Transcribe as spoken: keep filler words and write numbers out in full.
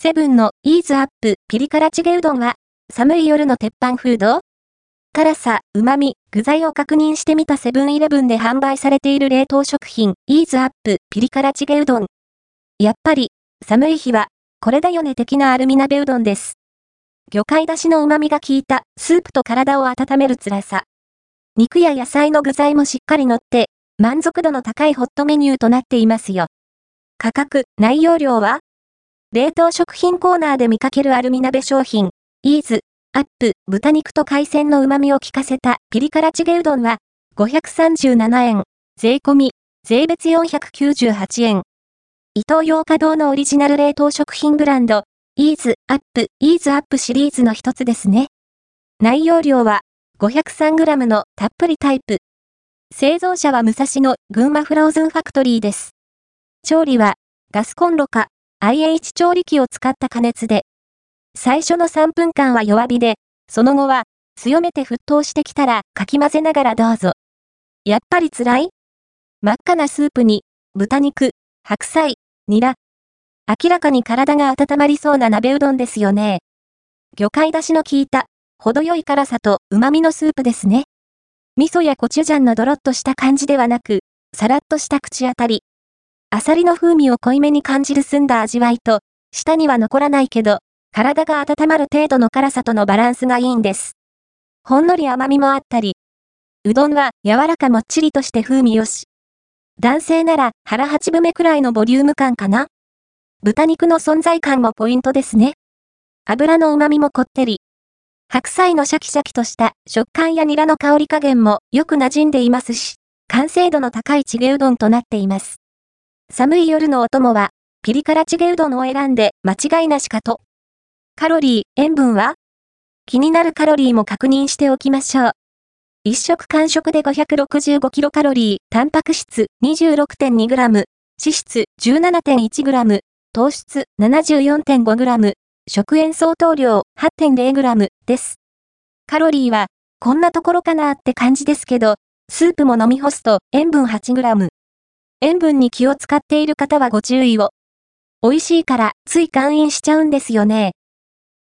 セブンのイーズアップピリ辛チゲうどんは、寒い夜の鉄板フード？辛さ、旨味、具材を確認してみたセブンイレブンで販売されている冷凍食品、イーズアップピリ辛チゲうどん。やっぱり、寒い日は、これだよね的なアルミ鍋うどんです。魚介だしの旨味が効いたスープと体を温める辛さ。肉や野菜の具材もしっかり乗って、満足度の高いホットメニューとなっていますよ。価格、内容量は？冷凍食品コーナーで見かけるアルミ鍋商品、イーズアップ豚肉と海鮮の旨味を効かせたピリ辛チゲうどんはごひゃくさんじゅうななえん、税込み、税別よんひゃくきゅうじゅうはちえん。イトーヨーカドーのオリジナル冷凍食品ブランド、イーズアップ、イーズアップシリーズの一つですね。内容量は ごひゃくさんグラム のたっぷりタイプ。製造者は武蔵野群馬フローズンファクトリーです。調理はガスコンロか アイエイチ 調理器を使った加熱で、最初のさんぷんかんは弱火で、その後は強めて沸騰してきたらかき混ぜながらどうぞ。やっぱり辛い？真っ赤なスープに豚肉、白菜、ニラ。明らかに体が温まりそうな鍋うどんですよね。魚介だしの効いた程よい辛さと旨味のスープですね。味噌やコチュジャンのドロッとした感じではなく、さらっとした口当たり。アサリの風味を濃いめに感じる澄んだ味わいと、舌には残らないけど、体が温まる程度の辛さとのバランスがいいんです。ほんのり甘みもあったり、うどんは柔らかもっちりとして風味よし。男性なら腹八分目くらいのボリューム感かな。豚肉の存在感もポイントですね。油の旨味もこってり。白菜のシャキシャキとした食感やニラの香り加減もよく馴染んでいますし、完成度の高いチゲうどんとなっています。寒い夜のお供は、ピリ辛チゲうどんを選んで間違いなしかと。カロリー、塩分は？気になるカロリーも確認しておきましょう。一食間食で ごひゃくろくじゅうごキロカロリー、タンパク質 にじゅうろくてんにグラム、脂質 じゅうななてんいちグラム、糖質 ななじゅうよんてんごグラム、食塩相当量 はちてんぜろグラムです。カロリーは、こんなところかなって感じですけど、スープも飲み干すと塩分 はちグラム。塩分に気を使っている方はご注意を。美味しいからつい感飲しちゃうんですよね。